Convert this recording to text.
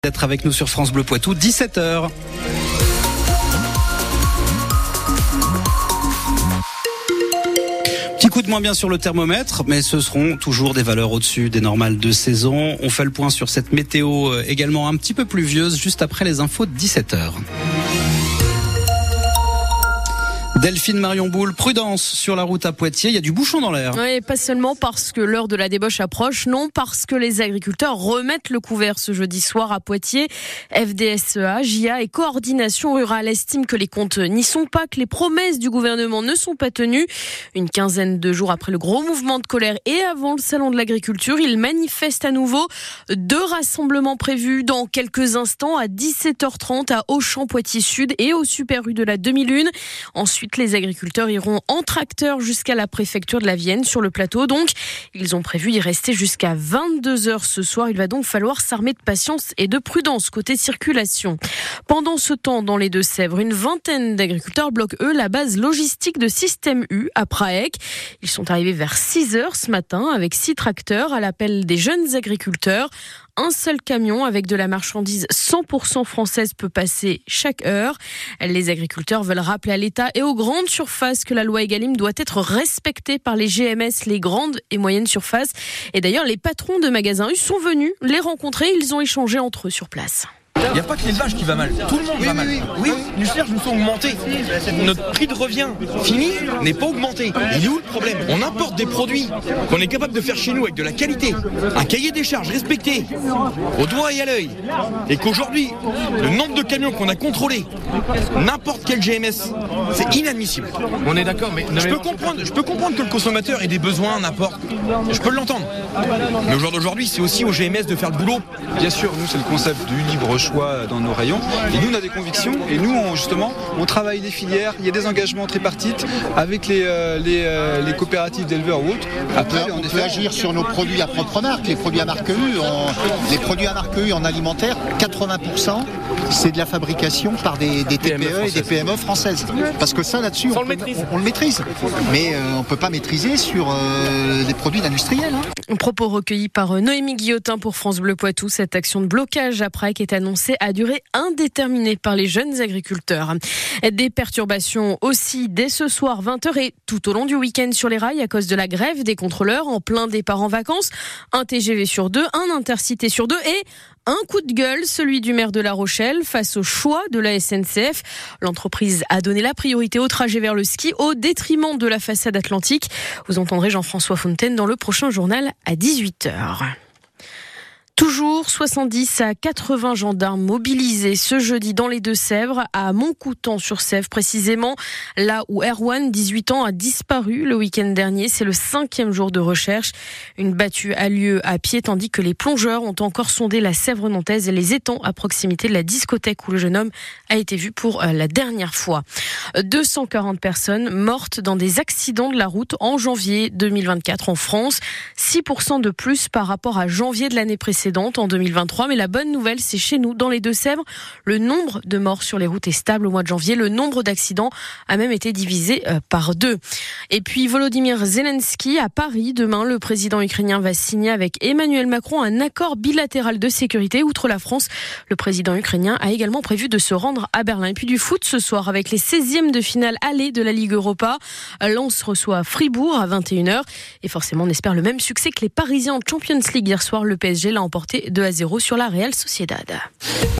D'être avec nous sur France Bleu Poitou, 17h. Petit coup de moins bien sur le thermomètre, mais ce seront toujours des valeurs au-dessus des normales de saison. On fait le point sur cette météo également un petit peu pluvieuse juste après les infos de 17h. Delphine Marion Boule, prudence sur la route à Poitiers, il y a du bouchon dans l'air. Oui, pas seulement parce que l'heure de la débauche approche, non, parce que les agriculteurs remettent le couvert ce jeudi soir à Poitiers. FDSEA, JA et Coordination Rurale estiment que les comptes n'y sont pas, que les promesses du gouvernement ne sont pas tenues. Une quinzaine de jours après le gros mouvement de colère et avant le salon de l'agriculture, ils manifestent à nouveau. 2 rassemblements prévus dans quelques instants à 17h30 à Auchan-Poitiers Sud et au Super U de la 2001. Ensuite, les agriculteurs iront en tracteur jusqu'à la préfecture de la Vienne sur le plateau. Donc, ils ont prévu d'y rester jusqu'à 22h ce soir. Il va donc falloir s'armer de patience et de prudence côté circulation. Pendant ce temps, dans les Deux-Sèvres, une vingtaine d'agriculteurs bloquent, eux, la base logistique de Système U à Praec. Ils sont arrivés vers 6h ce matin avec 6 tracteurs à l'appel des jeunes agriculteurs. Un seul camion avec de la marchandise 100% française peut passer chaque heure. Les agriculteurs veulent rappeler à l'État et aux grandes surfaces que la loi Egalim doit être respectée par les GMS, les grandes et moyennes surfaces. Et d'ailleurs, les patrons de magasins U sont venus les rencontrer. Ils ont échangé entre eux sur place. Il n'y a pas que l'élevage qui va mal, tout le monde va mal. Oui, les salaires nous sont augmentés. Notre prix de revient fini n'est pas augmenté. Il est où le problème? On importe des produits qu'on est capable de faire chez nous avec de la qualité, un cahier des charges respecté, au doigt et à l'œil. Et qu'aujourd'hui, le nombre de camions qu'on a contrôlés, n'importe quel GMS, c'est inadmissible. On est d'accord, mais Je peux comprendre que le consommateur ait des besoins, n'importe. Je peux l'entendre. Mais au jour d'aujourd'hui, c'est aussi au GMS de faire le boulot. Bien sûr, nous c'est le concept du libre choix dans nos rayons et nous on a des convictions et nous on travaille des filières, il y a des engagements tripartites avec les coopératives d'éleveurs ou autres. Après, on peut agir sur nos produits à propre marque, les produits à marque U, les produits à marque U en alimentaire, 80% c'est de la fabrication par des TPE et des PME françaises. Parce que ça là-dessus on le maîtrise, mais on ne peut pas maîtriser sur des produits d'industriels. Un propos recueilli par Noémie Guillotin pour France Bleu Poitou. Cette action de blocage après qui est annoncée à durée indéterminée par les jeunes agriculteurs. Des perturbations aussi dès ce soir 20h et tout au long du week-end sur les rails à cause de la grève des contrôleurs en plein départ en vacances. Un TGV sur 2, un Intercité sur 2 et un coup de gueule, celui du maire de La Rochelle face au choix de la SNCF. L'entreprise a donné la priorité au trajet vers le ski au détriment de la façade atlantique. Vous entendrez Jean-François Fontaine dans le prochain journal à 18h. Toujours 70 à 80 gendarmes mobilisés ce jeudi dans les Deux-Sèvres, à Montcoutan-sur-Sèvre précisément, là où Erwan, 18 ans, a disparu le week-end dernier. C'est le 5e jour de recherche. Une battue a lieu à pied tandis que les plongeurs ont encore sondé la Sèvre nantaise et les étangs à proximité de la discothèque où le jeune homme a été vu pour la dernière fois. 240 personnes mortes dans des accidents de la route en janvier 2024 en France. 6% de plus par rapport à janvier de l'année précédente. En 2023, mais la bonne nouvelle, c'est chez nous, dans les Deux-Sèvres, le nombre de morts sur les routes est stable au mois de janvier. Le nombre d'accidents a même été divisé par 2. Et puis Volodymyr Zelensky à Paris. Demain, le président ukrainien va signer avec Emmanuel Macron un accord bilatéral de sécurité. Outre la France, le président ukrainien a également prévu de se rendre à Berlin. Et puis du foot ce soir avec les 16e de finale aller de la Ligue Europa. Lens reçoit Fribourg à 21h. Et forcément, on espère le même succès que les Parisiens en Champions League hier soir. Le PSG l'a emporté 2-0 sur la Real Sociedad.